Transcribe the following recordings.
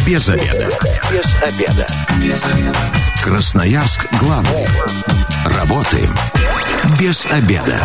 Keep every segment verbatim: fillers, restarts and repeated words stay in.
Без обеда. Без обеда. Без обеда. Красноярск главный. Работаем без обеда.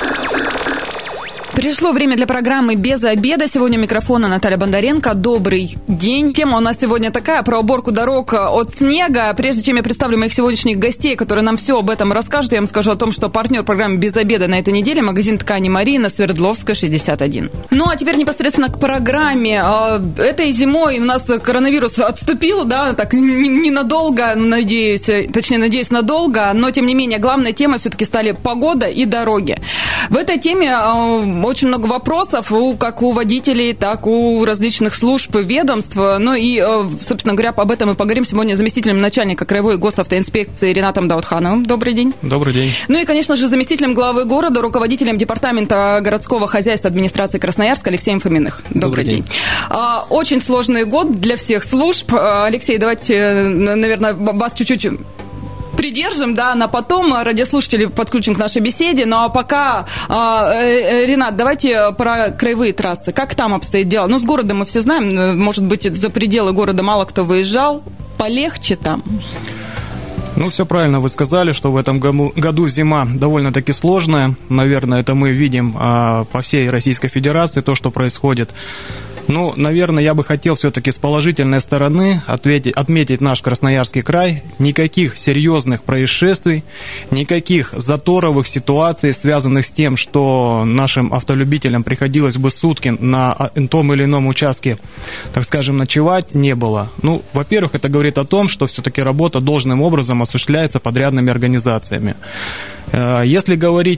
Пришло время для программы «Без обеда». Сегодня у микрофона Наталья Бондаренко. Добрый день. Тема у нас сегодня такая, про уборку дорог от снега. Прежде чем я представлю моих сегодняшних гостей, которые нам все об этом расскажут, я вам скажу о том, что партнер программы «Без обеда» на этой неделе — магазин ткани «Марина», Свердловская, шестьдесят один. Ну, а теперь непосредственно к программе. Этой зимой у нас коронавирус отступил, да, так ненадолго, надеюсь, точнее, надеюсь, надолго, но, тем не менее, главной темой все-таки стали погода и дороги. В этой теме очень много вопросов, у, как у водителей, так и у различных служб и ведомств. Ну и, собственно говоря, об этом мы поговорим сегодня с заместителем начальника краевой госавтоинспекции Ринатом Даутхановым. Добрый день. Добрый день. Ну и, конечно же, заместителем главы города, руководителем департамента городского хозяйства администрации Красноярска Алексеем Фоминых. Добрый, Добрый день. день. Очень сложный год для всех служб. Алексей, давайте, наверное, вас чуть-чуть придержим, да, на потом радиослушателей подключим к нашей беседе. Ну, а пока, э, Ринат, давайте про краевые трассы. Как там обстоит дело? Ну, с городом мы все знаем, может быть, за пределы города мало кто выезжал. Полегче там? Ну, все правильно вы сказали, что в этом году зима довольно-таки сложная. Наверное, это мы видим а, по всей Российской Федерации, то, что происходит. Ну, наверное, я бы хотел все-таки с положительной стороны ответить, отметить наш Красноярский край. Никаких серьезных происшествий, никаких заторовых ситуаций, связанных с тем, что нашим автолюбителям приходилось бы сутки на том или ином участке, так скажем, ночевать, не было. Ну, во-первых, это говорит о том, что все-таки работа должным образом осуществляется подрядными организациями. Если говорить,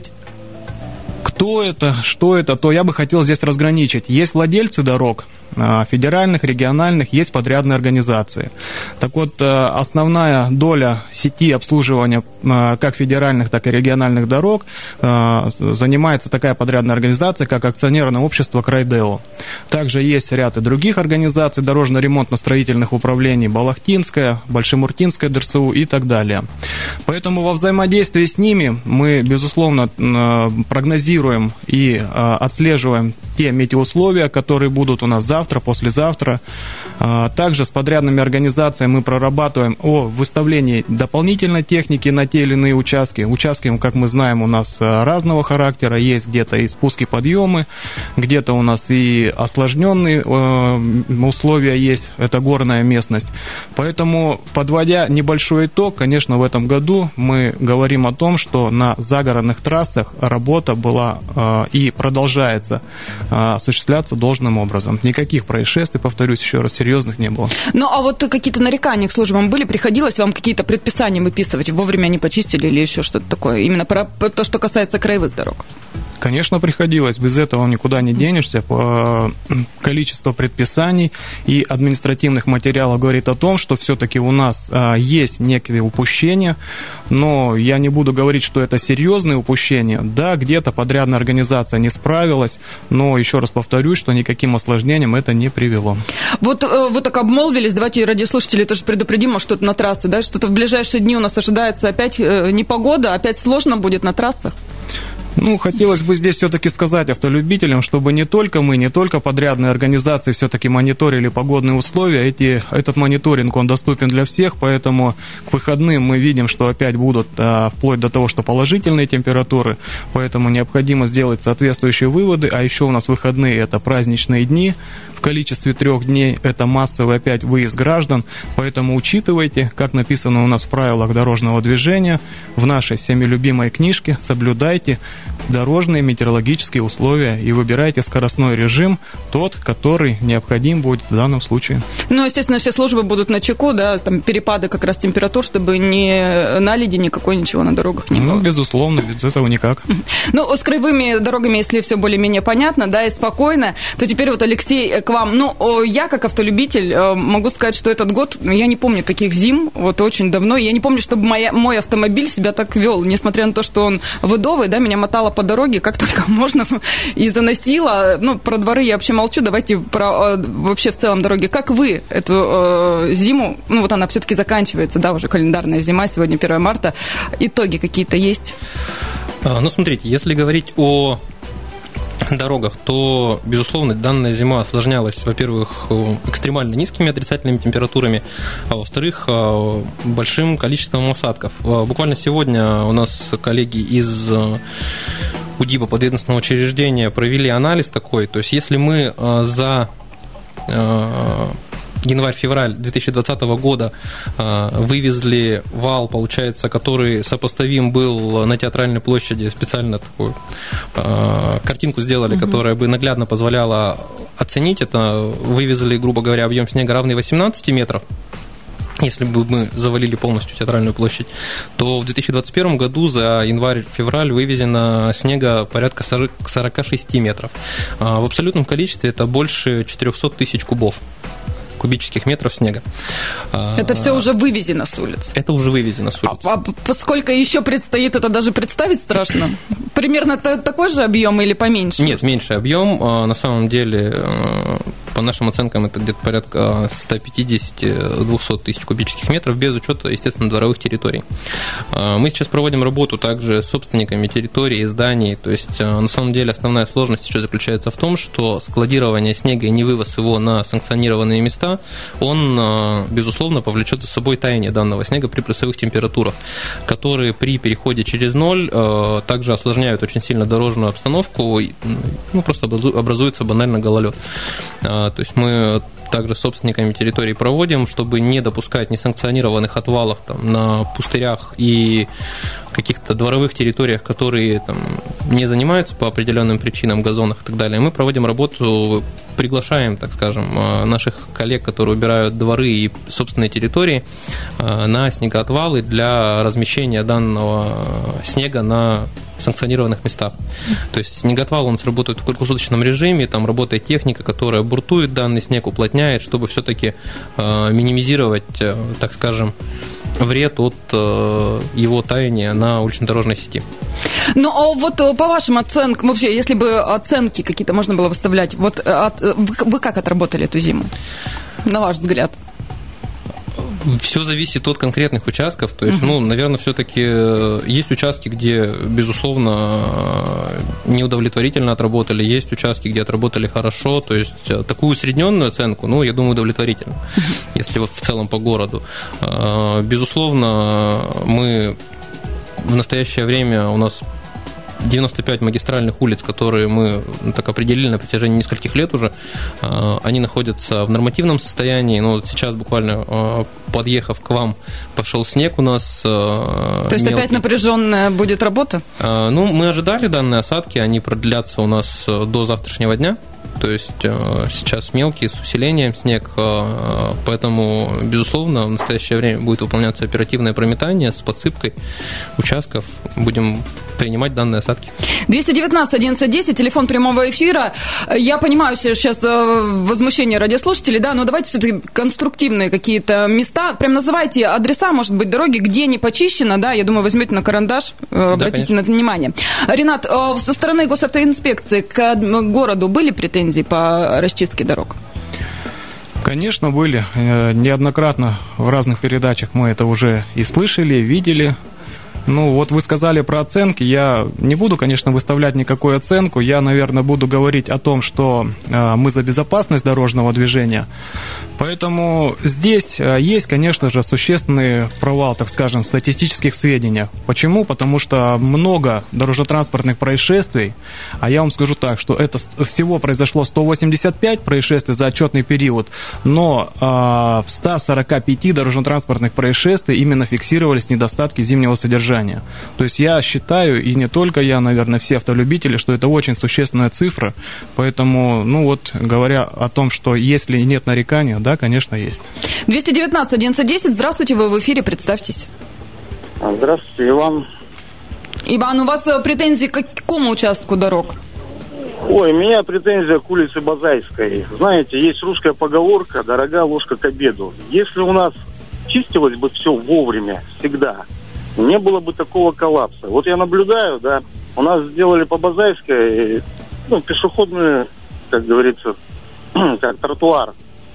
кто это, что это, то я бы хотел здесь разграничить. Есть владельцы дорог, федеральных, региональных, есть подрядные организации. Так вот, основная доля сети обслуживания как федеральных, так и региональных дорог занимается такая подрядная организация, как акционерное общество «Крайдео». Также есть ряд и других организаций, дорожно-ремонтно-строительных управлений, Балахтинская, Большемуртинская ДРСУ и так далее. Поэтому во взаимодействии с ними мы, безусловно, прогнозируем и отслеживаем те метеоусловия, которые будут у нас завтра, послезавтра. Также с подрядными организациями мы прорабатываем о выставлении дополнительной техники на те или иные участки. Участки, как мы знаем, у нас разного характера. Есть где-то и спуски-подъемы, где-то у нас и осложненные условия есть. Это горная местность. Поэтому, подводя небольшой итог, конечно, в этом году мы говорим о том, что на загородных трассах работа была и продолжается осуществляться должным образом. Никаких происшествий, повторюсь еще раз, серьезных не было. Ну, а вот какие-то нарекания к службам были? Приходилось вам какие-то предписания выписывать? Вовремя они почистили или еще что-то такое? Именно про то, что касается краевых дорог. Конечно, приходилось. Без этого никуда не денешься. Количество предписаний и административных материалов говорит о том, что все-таки у нас есть некие упущения, но я не буду говорить, что это серьезные упущения. Да, где-то подрядная организация не справилась, но еще раз повторюсь, что никаким осложнениям это не привело. Вот вы так обмолвились, давайте радиослушателей тоже предупредим, может, что-то на трассе, да, что-то в ближайшие дни у нас ожидается опять непогода, опять сложно будет на трассах? Ну, хотелось бы здесь все-таки сказать автолюбителям, чтобы не только мы, не только подрядные организации все-таки мониторили погодные условия. Эти, этот мониторинг, он доступен для всех, поэтому к выходным мы видим, что опять будут а, вплоть до того, что положительные температуры, поэтому необходимо сделать соответствующие выводы. А еще у нас выходные – это праздничные дни, в количестве трех дней это массовый опять выезд граждан, поэтому учитывайте, как написано у нас в правилах дорожного движения, в нашей всеми любимой книжке, соблюдайте дорожные метеорологические условия и выбирайте скоростной режим, тот, который необходим будет в данном случае. Ну, естественно, все службы будут на чеку, да, там перепады как раз температур, чтобы ни наледи никакой, ничего на дорогах не было. Ну, безусловно, без этого никак. Ну, с краевыми дорогами, если все более-менее понятно, да, и спокойно, то теперь вот, Алексей, к вам. Ну, я, как автолюбитель, могу сказать, что этот год, я не помню таких зим, вот очень давно, я не помню, чтобы моя, мой автомобиль себя так вел, несмотря на то, что он выдовый, да, меня мотало по дороге, как только можно, и заносило. Ну, про дворы я вообще молчу, давайте про вообще в целом дороги. Как вы эту э, зиму, ну, вот она все-таки заканчивается, да, уже календарная зима, сегодня первое марта, итоги какие-то есть? Ну, смотрите, если говорить о дорогах, то, безусловно, данная зима осложнялась, во-первых, экстремально низкими отрицательными температурами, а во-вторых, большим количеством осадков. Буквально сегодня у нас коллеги из УДИБа, подведомственного учреждения, провели анализ такой, то есть если мы за январь-февраль две тысячи двадцатого года вывезли вал, получается, который сопоставим был на Театральной площади, специально такую картинку сделали, угу. которая бы наглядно позволяла оценить это. Вывезли, грубо говоря, объем снега равный восемнадцати метров. Если бы мы завалили полностью Театральную площадь, то в две тысячи двадцать первом году за январь-февраль вывезено снега порядка сорока шести метров. В абсолютном количестве это больше четырехсот тысяч кубов. Кубических метров снега. Это все уже вывезено с улиц? Это уже вывезено с улиц. А, а сколько еще предстоит, это даже представить страшно? Примерно такой же объем или поменьше? Нет, меньше объем. На самом деле, по нашим оценкам, это где-то порядка сто пятьдесят - двести тысяч кубических метров, без учета, естественно, дворовых территорий. Мы сейчас проводим работу также с собственниками территорий и зданий. То есть, на самом деле, основная сложность еще заключается в том, что складирование снега и не вывоз его на санкционированные места, он, безусловно, повлечет за собой таяние данного снега при плюсовых температурах, которые при переходе через ноль также осложняют очень сильно дорожную обстановку, ну, просто образуется банально гололед. То есть мы также с собственниками территорий проводим, чтобы не допускать несанкционированных отвалов там, на пустырях и каких-то дворовых территориях, которые там, не занимаются по определенным причинам, газонах и так далее. Мы проводим работу, приглашаем, так скажем, наших коллег, которые убирают дворы и собственные территории, на снегоотвалы для размещения данного снега на санкционированных местах. То есть снегоотвал у нас работает в круглосуточном режиме, там работает техника, которая буртует данный снег, уплотняет, чтобы все-таки э, минимизировать, э, так скажем, вред от э, его таяния на улично-дорожной сети. Ну, а вот по вашим оценкам, вообще, если бы оценки какие-то можно было выставлять, вот от, вы, вы как отработали эту зиму, на ваш взгляд? Все зависит от конкретных участков. То есть, ну, наверное, все-таки есть участки, где, безусловно, неудовлетворительно отработали, есть участки, где отработали хорошо. То есть, такую усредненную оценку, ну, я думаю, удовлетворительно, если в целом по городу. Безусловно, мы в настоящее время у нас девяносто пять магистральных улиц, которые мы так определили на протяжении нескольких лет уже, они находятся в нормативном состоянии. Но вот сейчас буквально подъехав к вам, пошел снег у нас. То есть мелкий. Опять напряженная будет работа? Ну, мы ожидали данные осадки, они продлятся у нас до завтрашнего дня. То есть сейчас мелкий, с усилением снег, поэтому, безусловно, в настоящее время будет выполняться оперативное прометание с подсыпкой участков. Будем принимать данные осадки. двести девятнадцать одиннадцать десять, телефон прямого эфира. Я понимаю сейчас возмущение радиослушателей, да, но давайте все-таки конструктивные какие-то места. Прям называйте адреса, может быть, дороги, где не почищено, да, я думаю, возьмете на карандаш, обратите да, на это внимание. Ренат, со стороны госавтоинспекции к городу были претензии по расчистке дорог? Конечно, были. Неоднократно в разных передачах мы это уже и слышали, и видели. Ну, вот вы сказали про оценки. Я не буду, конечно, выставлять никакую оценку. Я, наверное, буду говорить о том, что мы за безопасность дорожного движения. Поэтому здесь есть, конечно же, существенный провал, так скажем, в статистических сведениях. Почему? Потому что много дорожно-транспортных происшествий, а я вам скажу так, что это всего произошло сто восемьдесят пять происшествий за отчетный период, но в ста сорока пяти дорожно-транспортных происшествий именно фиксировались недостатки зимнего содержания. То есть я считаю, и не только я, наверное, все автолюбители, что это очень существенная цифра. Поэтому, ну вот, говоря о том, что если нет нарекания, да, конечно, есть. двести девятнадцать одиннадцать десять, здравствуйте, вы в эфире, представьтесь. Здравствуйте, Иван. Иван, у вас претензии к какому участку дорог? Ой, у меня претензия к улице Базайской. Знаете, есть русская поговорка «дорога ложка к обеду». Если у нас чистилось бы все вовремя, всегда, не было бы такого коллапса. Вот я наблюдаю, да, у нас сделали по Базайской, ну, пешеходную, как говорится, как тротуар.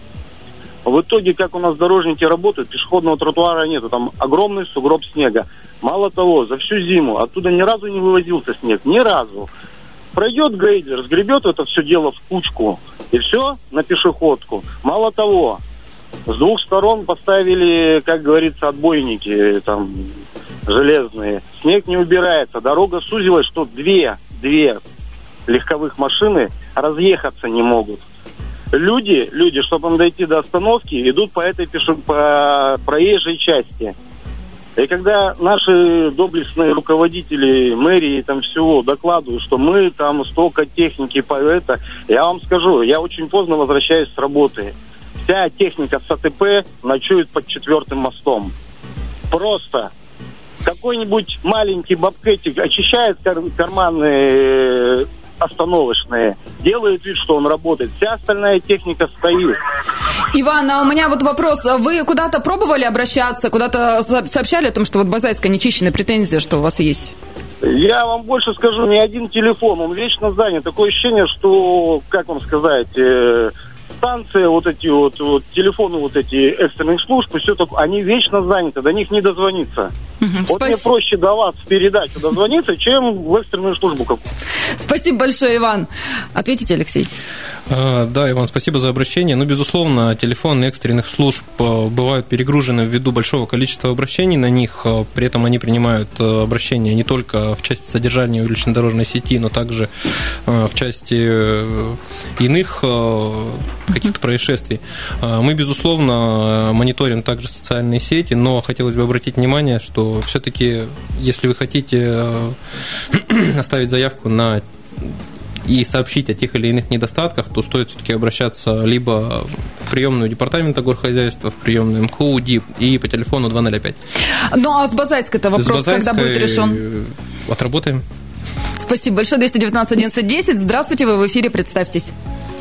В итоге, как у нас дорожники работают, пешеходного тротуара нету, там огромный сугроб снега. Мало того, за всю зиму оттуда ни разу не вывозился снег, ни разу. Пройдет грейдер, сгребет это все дело в кучку, и все на пешеходку. Мало того, с двух сторон поставили, как говорится, отбойники там железные. Снег не убирается, дорога сузилась, что две, две легковых машины разъехаться не могут. Люди, люди, чтобы им дойти до остановки, идут по этой пеше... по проезжей части. И когда наши доблестные руководители мэрии там всего докладывают, что мы там столько техники по это, я вам скажу, я очень поздно возвращаюсь с работы. Вся техника с АТП ночует под четвертым мостом. Просто какой-нибудь маленький бобкетик очищает кар- карманы остановочные, делает вид, что он работает. Вся остальная техника стоит. Иван, а у меня вот вопрос. Вы куда-то пробовали обращаться, куда-то сообщали о том, что вот Базайская нечищенная, претензия, что у вас есть? Я вам больше скажу, ни один телефон, он вечно занят. Такое ощущение, что, как вам сказать, э, станция, вот эти вот, вот телефоны, вот эти экстренных служб, и все такое, они вечно заняты, до них не дозвониться. Угу, вот спасибо. Мне проще до вас в передачу дозвониться, чем в экстренную службу какую-то. Спасибо большое, Иван. Ответите, Алексей. Да, Иван, спасибо за обращение. Ну, безусловно, телефоны экстренных служб бывают перегружены ввиду большого количества обращений на них. При этом они принимают обращения не только в части содержания уличной дорожной сети, но также в части иных каких-то происшествий. Мы, безусловно, мониторим также социальные сети, но хотелось бы обратить внимание, что все-таки, если вы хотите оставить заявку на и сообщить о тех или иных недостатках, то стоит все-таки обращаться либо в приемную департамента горхозяйства, в приемную эм ха у, ДИП и по телефону два ноль пять. Ну, а с Базайской-то вопрос, Базайской когда будет решен? Отработаем. Спасибо большое. двести девятнадцать одиннадцать десять. Здравствуйте, вы в эфире, представьтесь.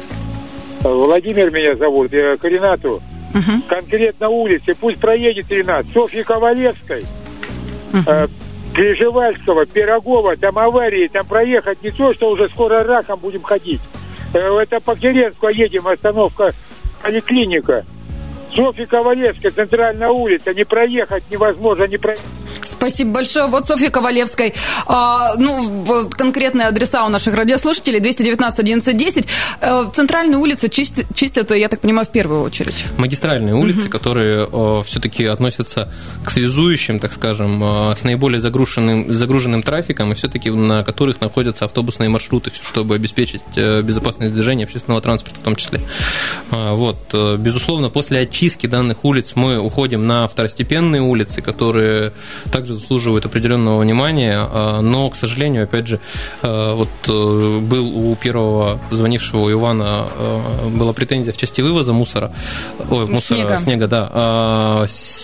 Владимир меня зовут, я к Ренату. Угу. Конкретно улице, пусть проедет Ренат, Софьи Ковалевской, угу. э, Приживальского, Пирогова, там аварии, там проехать не то, что уже скоро раком будем ходить. Это по Керенску едем, остановка поликлиника. Софья Ковалевская, центральная улица, не проехать невозможно, не проехать. Спасибо большое. Вот Софья Ковалевской. А, ну, конкретные адреса у наших радиослушателей. двести девятнадцать одиннадцать десять. Центральные улицы чистят, чистят, я так понимаю, в первую очередь. Магистральные улицы, угу. которые о, все-таки относятся к связующим, так скажем, о, с наиболее загруженным, загруженным трафиком, и все-таки на которых находятся автобусные маршруты, чтобы обеспечить безопасность движения общественного транспорта в том числе. А, вот. Безусловно, после очистки данных улиц мы уходим на второстепенные улицы, которые также заслуживают определенного внимания, но, к сожалению, опять же, вот был у первого звонившего Ивана была претензия в части вывоза мусора, ой, мусора, снега, снега да.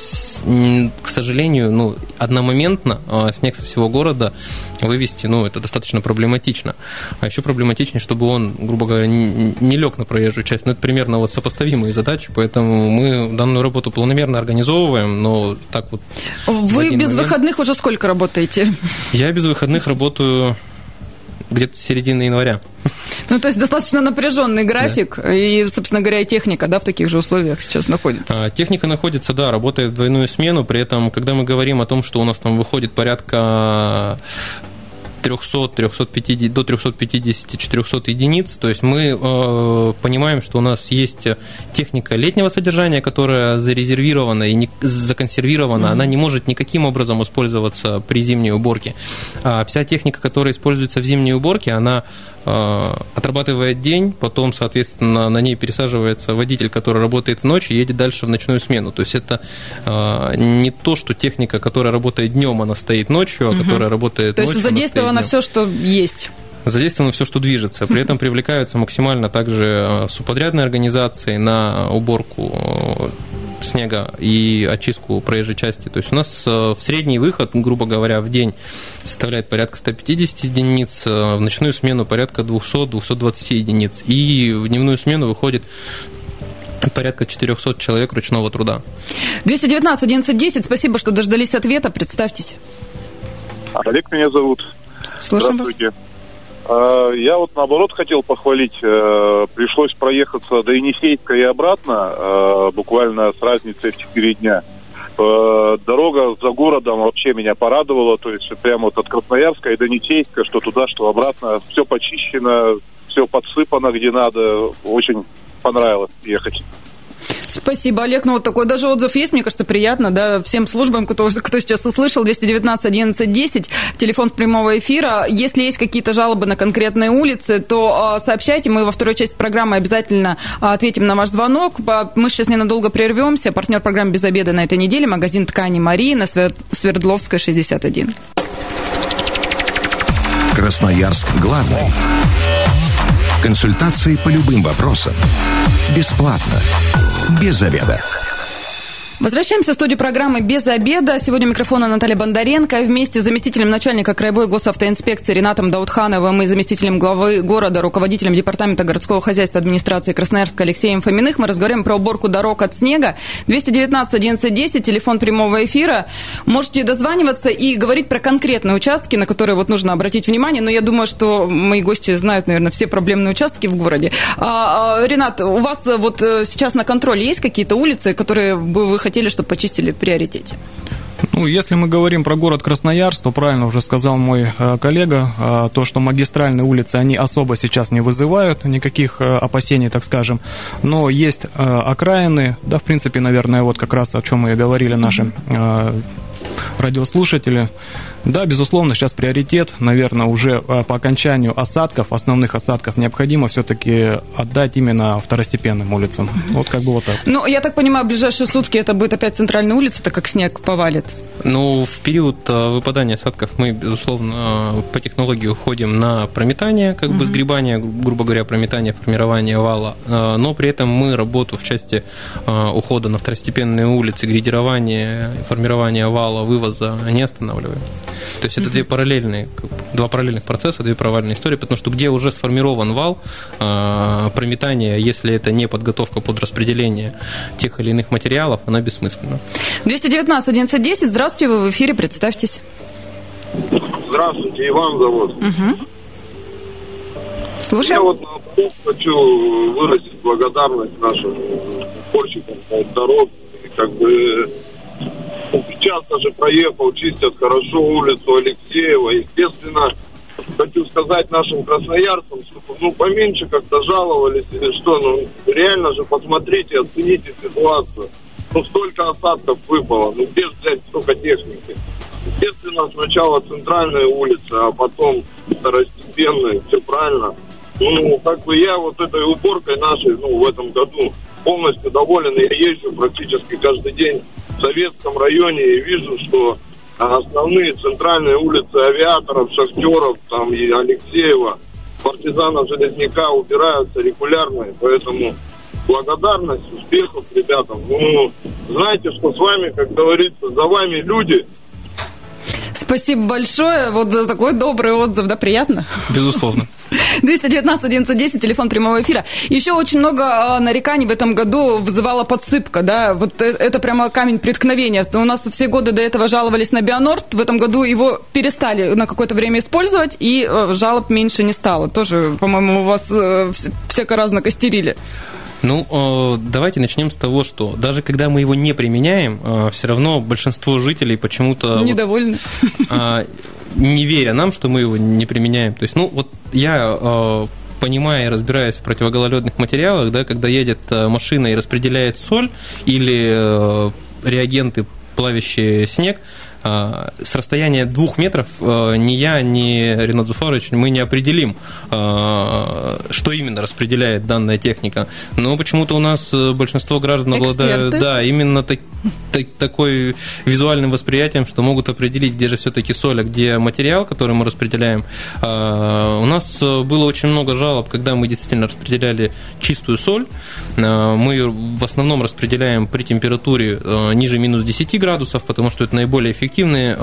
К сожалению, ну, одномоментно снег со всего города вывести, ну, это достаточно проблематично. А еще проблематичнее, чтобы он, грубо говоря, не лег на проезжую часть. Ну, это примерно вот сопоставимые задачи, поэтому мы данную работу планомерно организовываем, но так вот... Вы без момент... выходных уже сколько работаете? Я без выходных работаю где-то с середины января. Ну, то есть достаточно напряженный график, да. И, собственно говоря, и техника, да, в таких же условиях сейчас находится. Техника находится, да, работает в двойную смену, при этом, когда мы говорим о том, что у нас там выходит порядка триста, триста пятьдесят, до триста пятьдесят четыреста единиц, то есть мы э, понимаем, что у нас есть техника летнего содержания, которая зарезервирована и не, законсервирована, mm-hmm. она не может никаким образом использоваться при зимней уборке. А вся техника, которая используется в зимней уборке, она отрабатывает день, потом, соответственно, на ней пересаживается водитель, который работает в ночь и едет дальше в ночную смену. То есть это не то, что техника, которая работает днем, она стоит ночью, а угу. которая работает то ночью. То есть задействовано все, что есть. Задействовано все, что движется. При этом привлекаются максимально также субподрядные организации на уборку снега и очистку проезжей части. То есть у нас в средний выход, грубо говоря, в день составляет порядка сто пятьдесят единиц, в ночную смену порядка двести - двести двадцать единиц. И в дневную смену выходит порядка четыреста человек ручного труда. двести девятнадцать одиннадцать десять, спасибо, что дождались ответа. Представьтесь. Олег меня зовут. Слушаем Здравствуйте. Вас. Я вот наоборот хотел похвалить. Пришлось проехаться до Енисейска и обратно, буквально с разницей в четыре дня. Дорога за городом вообще меня порадовала, то есть прямо вот от Красноярска и до Нитейска, что туда, что обратно, все почищено, все подсыпано где надо, очень понравилось ехать. Спасибо, Олег. Ну, вот такой даже отзыв есть, мне кажется, приятно, да, всем службам, кто, кто сейчас услышал, двести девятнадцать одиннадцать десять, телефон прямого эфира. Если есть какие-то жалобы на конкретные улицы, то сообщайте, мы во второй части программы обязательно ответим на ваш звонок. Мы сейчас ненадолго прервемся. Партнер программы «Без обеда» на этой неделе — магазин ткани «Мария» на Свердловская, шестьдесят один. Красноярск главный. Консультации по любым вопросам. Бесплатно. Без обеда. Возвращаемся в студию программы «Без обеда». Сегодня у микрофона Наталья Бондаренко. Вместе с заместителем начальника краевой госавтоинспекции Ринатом Даутхановым и заместителем главы города, руководителем департамента городского хозяйства администрации Красноярска Алексеем Фоминых мы разговариваем про уборку дорог от снега. двести девятнадцать одиннадцать десять, телефон прямого эфира. Можете дозваниваться и говорить про конкретные участки, на которые вот нужно обратить внимание. Но я думаю, что мои гости знают, наверное, все проблемные участки в городе. А, а, Ринат, у вас вот сейчас на контроле есть какие-то улицы, которые бы вы хотели, чтобы почистили в приоритете? Ну, если мы говорим про город Красноярск, то правильно уже сказал мой э, коллега, э, то, что магистральные улицы, они особо сейчас не вызывают никаких э, опасений, так скажем, но есть э, окраины, да, в принципе, наверное, вот как раз о чем мы и говорили наши э, радиослушатели. Да, безусловно, сейчас приоритет, наверное, уже по окончанию осадков, основных осадков, необходимо все-таки отдать именно второстепенным улицам. Вот как бы вот так. Ну, я так понимаю, в ближайшие сутки это будет опять центральная улица, так как снег повалит. Ну, в период выпадания осадков мы, безусловно, по технологии уходим на прометание, как бы сгребание, грубо говоря, прометание, формирование вала, но при этом мы работу в части ухода на второстепенные улицы, грейдирования, формирования вала, вывоза не останавливаем. То есть это две параллельные, два параллельных процесса, две параллельные истории, потому что где уже сформирован вал, прометание, если это не подготовка под распределение тех или иных материалов, она бессмысленна. двести девятнадцать одиннадцать десять, здравствуйте, вы в эфире, представьтесь. Здравствуйте, Иван зовут. Угу. Слушаем. Я вот хочу выразить благодарность нашим уборщикам дорог, как бы часто же проехал, чистят хорошо улицу Алексеева. Естественно, хочу сказать нашим красноярцам, что ну поменьше как-то жаловались или что, ну реально же посмотрите, оцените ситуацию. Ну столько осадков выпало, ну где взять столько техники? Естественно, сначала центральные улицы, а потом второстепенные, все правильно. Ну, как бы я вот этой уборкой нашей, ну, в этом году полностью доволен. Я езжу практически каждый день в Советском районе и вижу, что основные центральные улицы Авиаторов, Шахтеров, там и Алексеева, Партизана, Железняка убираются регулярно, поэтому благодарность, успехов ребятам. Ну, знаете, что с вами, как говорится, за вами люди. Спасибо большое вот за такой добрый отзыв, да, приятно? Безусловно. двести девятнадцать одиннадцать десять, телефон прямого эфира. Еще очень много нареканий в этом году вызывала подсыпка, да, вот это прямо камень преткновения. У нас все годы до этого жаловались на Бионорд, в этом году его перестали на какое-то время использовать, и жалоб меньше не стало. Тоже, по-моему, у вас всяко разно костерили. Ну, давайте начнем с того, что даже когда мы его не применяем, все равно большинство жителей почему-то... Недовольны. Не веря нам, что мы его не применяем. То есть, ну, вот я, понимая и разбираясь в противогололедных материалах, да, когда едет машина и распределяет соль или реагенты, плавящие снег, с расстояния двух метров ни я, ни Ринат Зуфарович, мы не определим, что именно распределяет данная техника. Но почему-то у нас большинство граждан обладают, да, именно так, так, такой визуальным восприятием, что могут определить, где же все-таки соль, а где материал, который мы распределяем. У нас было очень много жалоб, когда мы действительно распределяли чистую соль. Мы ее в основном распределяем при температуре ниже минус десять градусов, потому что это наиболее эффективно.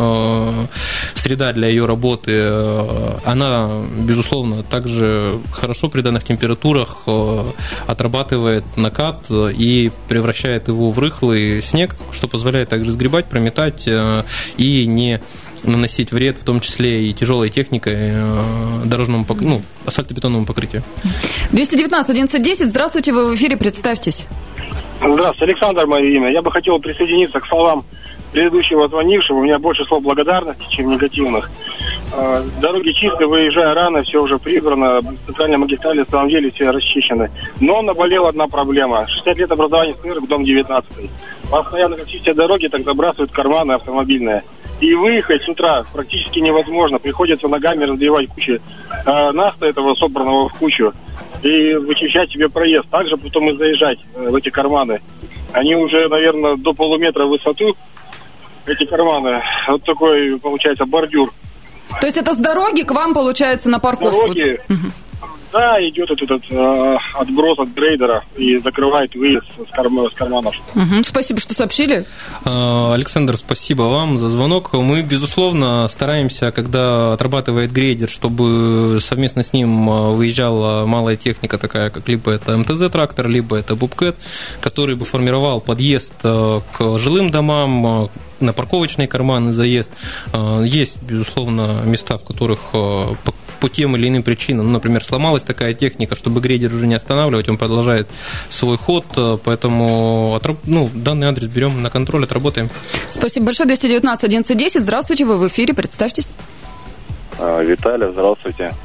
Среда для ее работы, она, безусловно, также хорошо при данных температурах отрабатывает накат и превращает его в рыхлый снег, что позволяет также сгребать, прометать и не наносить вред, в том числе и тяжелой техникой дорожному, ну, асфальтобетонному покрытию. двести девятнадцать одиннадцать десять, здравствуйте, вы в эфире, представьтесь. Здравствуйте, Александр, мое имя. Я бы хотел присоединиться к словам предыдущего звонившего. У меня больше слов благодарности, чем негативных. Дороги чистые, выезжая рано, все уже прибрано. Центральные магистрали, на самом деле, все расчищены. Но наболела одна проблема. шестьдесят лет образования СКР, дом девятнадцатый. Постоянно, как чистят дороги, так забрасывают карманы автомобильные. И выехать с утра практически невозможно. Приходится ногами разбивать кучу э, наста этого, собранного в кучу, и вычищать себе проезд. Также потом и заезжать э, в эти карманы. Они уже, наверное, до полуметра в высоту, эти карманы. Вот такой, получается, бордюр. То есть это с дороги к вам, получается, на парковку? Дороги, да, идет этот, этот э, отброс от грейдера и закрывает выезд с, карма, с карманов. Угу. Спасибо, что сообщили. Александр, спасибо вам за звонок. Мы, безусловно, стараемся, когда отрабатывает грейдер, чтобы совместно с ним выезжала малая техника, такая как либо это эм тэ зэ-трактор, либо это бобкэт, который бы формировал подъезд к жилым домам, на парковочные карманы заезд. Есть, безусловно, места, в которых по, по тем или иным причинам, ну, например, сломалась такая техника, чтобы грейдер уже не останавливать, он продолжает свой ход, поэтому ну, данный адрес берем на контроль, отработаем. Спасибо большое. двести девятнадцать одиннадцать десять. Здравствуйте, вы в эфире, представьтесь. Виталий, здравствуйте.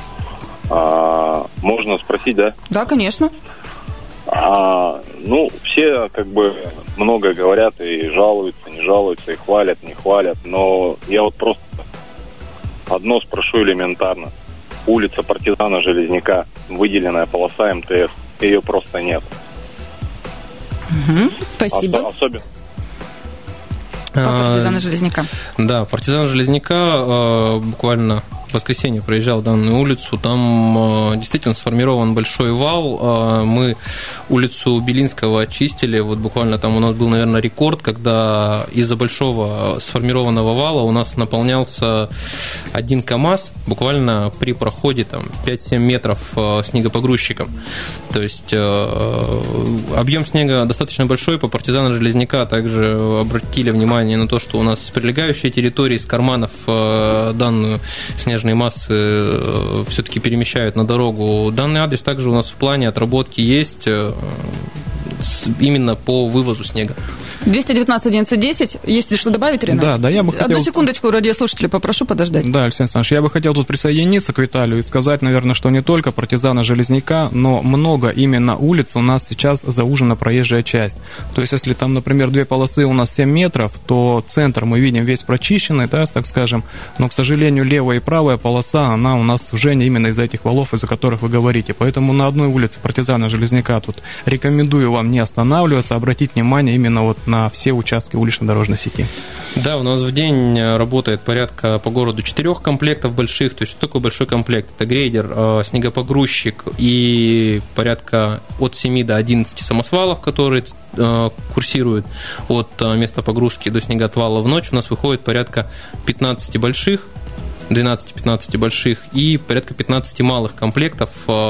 А, можно спросить, да? Да, конечно. А, ну, все как бы много говорят и жалуются, не жалуются, и хвалят, не хвалят, но я вот просто одно спрошу элементарно. Улица Партизана Железняка, выделенная полоса эм тэ эс, ее просто нет. Угу, спасибо. Ос- особенно. По Партизана Железняка. Да, Партизан Железняка буквально в воскресенье проезжал данную улицу, там действительно сформирован большой вал, мы улицу Белинского очистили, вот буквально там у нас был, наверное, рекорд, когда из-за большого сформированного вала у нас наполнялся один КАМАЗ буквально при проходе там пять-семь метров снегопогрузчиком, то есть объем снега достаточно большой, по Партизана Железняка также обратили внимание на то, что у нас с прилегающей территории, с карманов данную снежную массы все-таки перемещают на дорогу. Данный адрес также у нас в плане отработки есть именно по вывозу снега. двести девятнадцать одиннадцать десять. Есть ли что добавить, Ренат? Да, да, я бы хотел... Одну секундочку, радиослушателя попрошу подождать. Да, Алексей Александрович, я бы хотел тут присоединиться к Виталию и сказать, наверное, что не только Партизана Железняка, но много именно улиц у нас сейчас заужена проезжая часть. То есть, если там, например, две полосы у нас семь метров, то центр мы видим весь прочищенный, да, так скажем, но, к сожалению, левая и правая полоса, она у нас сужение именно из-за этих валов, из-за которых вы говорите. Поэтому на одной улице Партизана Железняка тут рекомендую вам не останавливаться, обратить внимание именно вот на все участки улично-дорожной сети. Да, у нас в день работает порядка по городу четырех комплектов больших. То есть, что такое большой комплект? Это грейдер, снегопогрузчик и порядка от семи до одиннадцати самосвалов, которые курсируют от места погрузки до снегоотвала. В ночь у нас выходит порядка пятнадцати больших, двенадцати-пятнадцати больших и порядка пятнадцати малых комплектов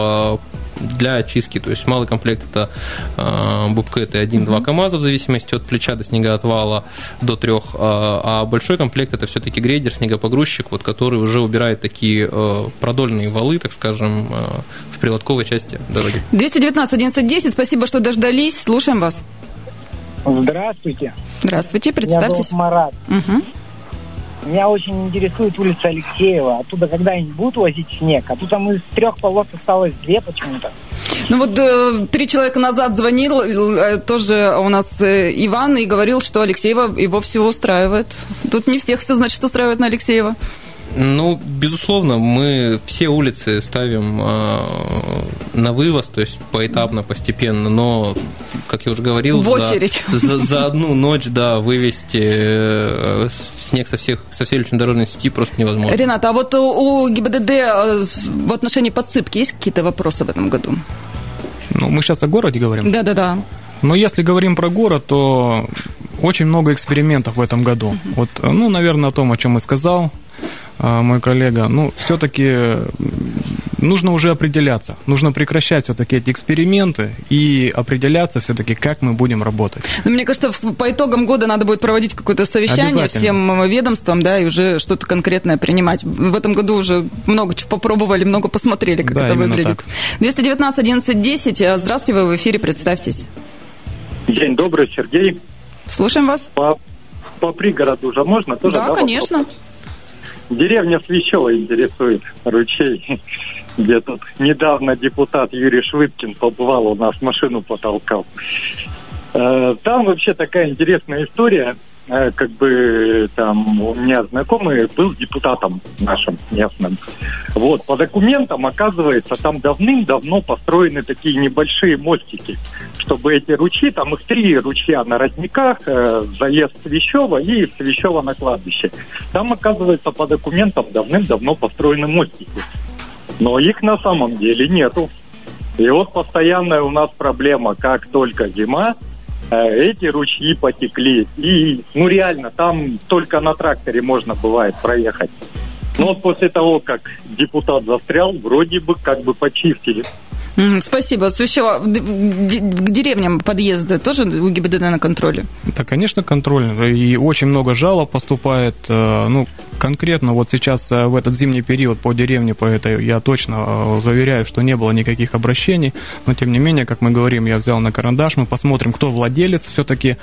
для очистки. То есть малый комплект это э, бобкэт и один-два КАМАЗа в зависимости от плеча до снегоотвала до трех, э, а большой комплект это все-таки грейдер, снегопогрузчик, вот, который уже убирает такие э, продольные валы, так скажем, э, в прилотковой части дороги. двести девятнадцать одиннадцать десять, спасибо, что дождались, слушаем вас. Здравствуйте. Здравствуйте, представьтесь. Меня зовут Марат. Угу. Меня очень интересует улица Алексеева. Оттуда когда-нибудь будут возить снег? А тут там из трех полос осталось две почему-то. Ну вот э, три человека назад звонил, э, тоже у нас э, Иван, и говорил, что Алексеева его все устраивает. Тут не всех все, значит, устраивает на Алексеева. Ну, безусловно, мы все улицы ставим э, на вывоз, то есть поэтапно, постепенно, но, как я уже говорил, в очередь. За, за, за одну ночь, да, вывести э, снег со, всех, со всей улично-дорожной сети просто невозможно. Ренат, а вот у, у ГИБДД в отношении подсыпки есть какие-то вопросы в этом году? Ну, мы сейчас о городе говорим? Да-да-да. Но если говорим про город, то очень много экспериментов в этом году. Uh-huh. Вот, ну, наверное, о том, о чем и сказал мой коллега, ну, все-таки нужно уже определяться, нужно прекращать все-таки эти эксперименты и определяться все-таки, как мы будем работать. Но мне кажется, по итогам года надо будет проводить какое-то совещание всем ведомствам, да, и уже что-то конкретное принимать. В этом году уже много чего попробовали, много посмотрели, как да, это выглядит. Так. двести девятнадцать одиннадцать десять, здравствуйте, вы в эфире, представьтесь. День добрый, Сергей. Слушаем вас. По, по пригороду уже можно тоже? Да, да, конечно. Вопрос? Деревня Свящева интересует, ручей, где тут недавно депутат Юрий Швыдкин побывал, у нас машину потолкал. Там вообще такая интересная история. Как бы там у меня знакомый был депутатом нашим местным. Вот, по документам, оказывается, там давным-давно построены такие небольшие мостики, чтобы эти ручьи, там их три ручья на родниках, э, заезд Свящева и Свящева на кладбище. Там, оказывается, по документам давным-давно построены мостики. Но их на самом деле нету. И вот постоянная у нас проблема, как только зима, эти ручьи потекли. И, ну, реально, там только на тракторе можно бывает проехать. Но вот после того, как депутат застрял, вроде бы как бы почистили. Спасибо. Свящева, к деревням подъезды тоже у ГИБДД на контроле? Да, конечно, контроль. И очень много жалоб поступает. Ну, конкретно вот сейчас в этот зимний период по деревне, по этой, я точно заверяю, что не было никаких обращений. Но, тем не менее, как мы говорим, я взял на карандаш, мы посмотрим, кто владелец все-таки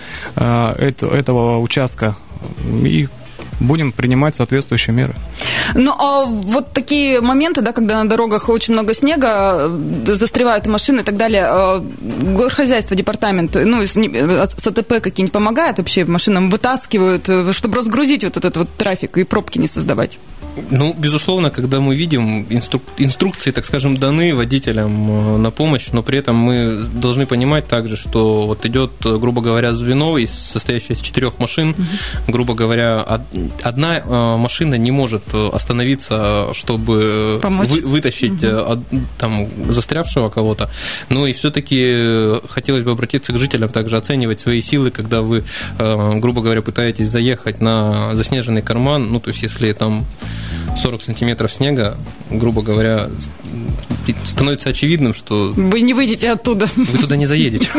этого участка, и будем принимать соответствующие меры. Ну, а вот такие моменты, да, когда на дорогах очень много снега, застревают машины и так далее, горхозяйство, департамент, ну, с АТП какие-нибудь помогают вообще, машинам вытаскивают, чтобы разгрузить вот этот вот трафик и пробки не создавать? Ну, безусловно, когда мы видим, инструк... инструкции, так скажем, даны водителям на помощь, но при этом мы должны понимать также, что вот идет, грубо говоря, звено, состоящее из четырех машин, mm-hmm. грубо говоря, одна машина не может остановиться, чтобы вы... вытащить mm-hmm. там застрявшего кого-то. Ну и все-таки хотелось бы обратиться к жителям, также оценивать свои силы, когда вы, грубо говоря, пытаетесь заехать на заснеженный карман, ну, то есть если там сорок сантиметров снега, грубо говоря, становится очевидным, что... Вы не выйдете оттуда. Вы туда не заедете.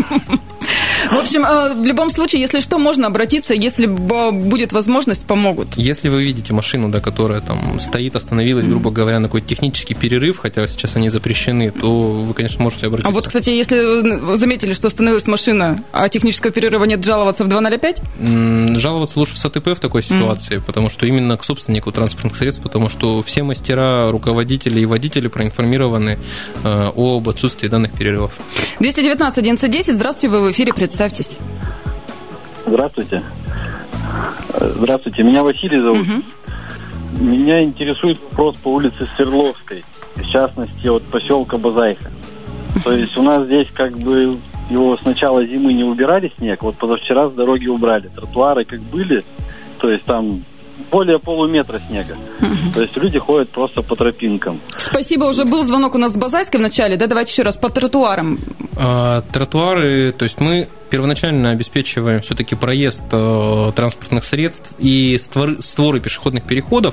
В общем, в любом случае, если что, можно обратиться, если будет возможность, помогут. Если вы видите машину, да, которая там стоит, остановилась, грубо говоря, на какой-то технический перерыв, хотя сейчас они запрещены, то вы, конечно, можете обратиться. А вот, кстати, если вы заметили, что остановилась машина, а технического перерыва нет, жаловаться в два ноль пять? Жаловаться лучше в САТП в такой ситуации, mm. потому что именно к собственнику транспортных средств, потому что все мастера, руководители и водители проинформированы э, об отсутствии данных перерывов. двести девятнадцать одиннадцать десять, здравствуйте, вы в эфире, представьтесь. Здравствуйте. Здравствуйте, меня Василий зовут. Угу. Меня интересует вопрос по улице Свердловской, в частности, от поселка Базайха. То есть у нас здесь как бы его с начала зимы не убирали снег, вот позавчера с дороги убрали. Тротуары как были, то есть там более полуметра снега. Uh-huh. То есть люди ходят просто по тропинкам. Спасибо, уже был звонок у нас с Базайской в начале, да, давайте еще раз по тротуарам. А, тротуары, то есть мы первоначально обеспечиваем все-таки проезд э, транспортных средств и створы, створы пешеходных переходов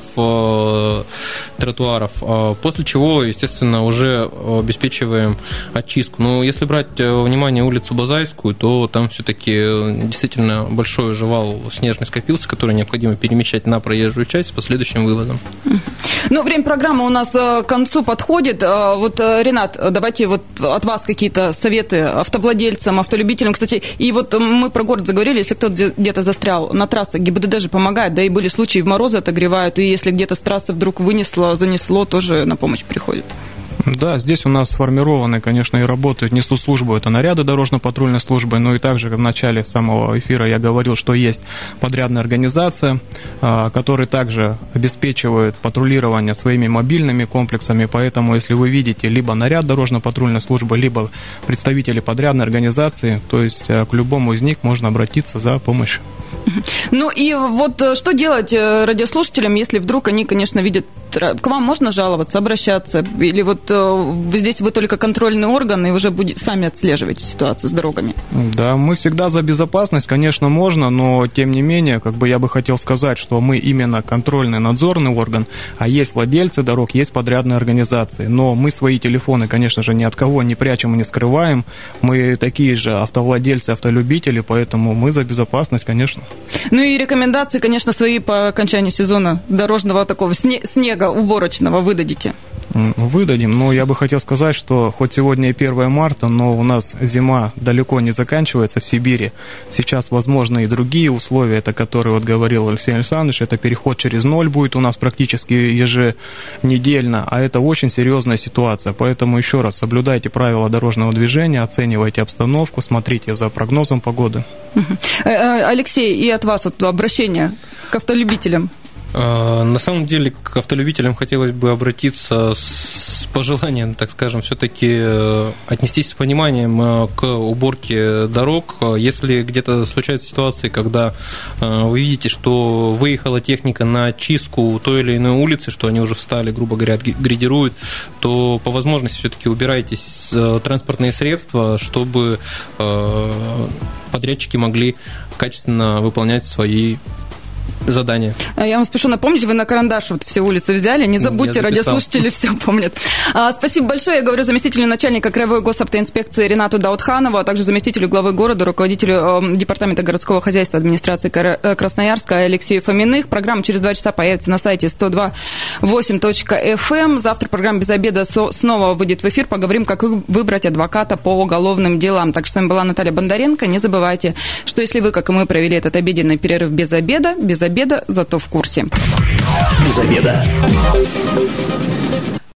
э, тротуаров, э, после чего, естественно, уже обеспечиваем очистку. Но если брать во внимание улицу Базайскую, то там все-таки действительно большой уже вал снежный скопился, который необходимо перемещать на проезжую часть с последующим вывозом. Ну, время программы у нас к концу подходит. Вот, Ренат, давайте вот от вас какие-то советы автовладельцам, автолюбителям. Кстати, и вот мы про город заговорили, если кто-то где-то застрял на трассах, ГИБДД же помогает, да и были случаи, в морозы отогревают, и если где-то с трассы вдруг вынесло, занесло, тоже на помощь приходит. Да, здесь у нас сформированы, конечно, и работают, несут службу, это наряды дорожно-патрульной службы, но и также в начале самого эфира я говорил, что есть подрядная организация, которая также обеспечивает патрулирование своими мобильными комплексами, поэтому если вы видите либо наряд дорожно-патрульной службы, либо представители подрядной организации, то есть к любому из них можно обратиться за помощью. Ну и вот что делать радиослушателям, если вдруг они, конечно, видят, к вам можно жаловаться, обращаться, или вот здесь вы только контрольный орган и уже будете, сами отслеживаете ситуацию с дорогами? Да, мы всегда за безопасность, конечно, можно, но тем не менее, как бы я бы хотел сказать, что мы именно контрольный надзорный орган, а есть владельцы дорог, есть подрядные организации, но мы свои телефоны, конечно же, ни от кого не прячем и не скрываем, мы такие же автовладельцы, автолюбители, поэтому мы за безопасность, конечно. Ну и рекомендации, конечно, свои по окончанию сезона дорожного такого снега уборочного выдадите. Выдадим, но я бы хотел сказать, что хоть сегодня и первое марта, но у нас зима далеко не заканчивается в Сибири. Сейчас возможны и другие условия, это которые вот говорил Алексей Александрович, это переход через ноль будет у нас практически еженедельно, а это очень серьезная ситуация. Поэтому еще раз соблюдайте правила дорожного движения, оценивайте обстановку, смотрите за прогнозом погоды. Алексей, и от вас вот обращение к автолюбителям. На самом деле, к автолюбителям хотелось бы обратиться с пожеланием, так скажем, все-таки отнестись с пониманием к уборке дорог. Если где-то случаются ситуации, когда вы видите, что выехала техника на чистку той или иной улицы, что они уже встали, грубо говоря, грейдируют, то по возможности все-таки убирайте транспортные средства, чтобы подрядчики могли качественно выполнять свои задание. Я вам спешу напомнить, вы на карандаш вот все улицы взяли, не забудьте, радиослушатели все помнят. А, спасибо большое. Я говорю заместителю начальника Краевой госавтоинспекции Ринату Даутханову, а также заместителю главы города, руководителю э, Департамента городского хозяйства администрации Красноярска Алексею Фоминых. Программа через два часа появится на сайте сто два восемь точка эф эм. Завтра программа «Без обеда» снова выйдет в эфир. Поговорим, как выбрать адвоката по уголовным делам. Так что с вами была Наталья Бондаренко. Не забывайте, что если вы, как и мы, провели этот обеденный перерыв без обеда, без обеда, зато в курсе. Без обеда.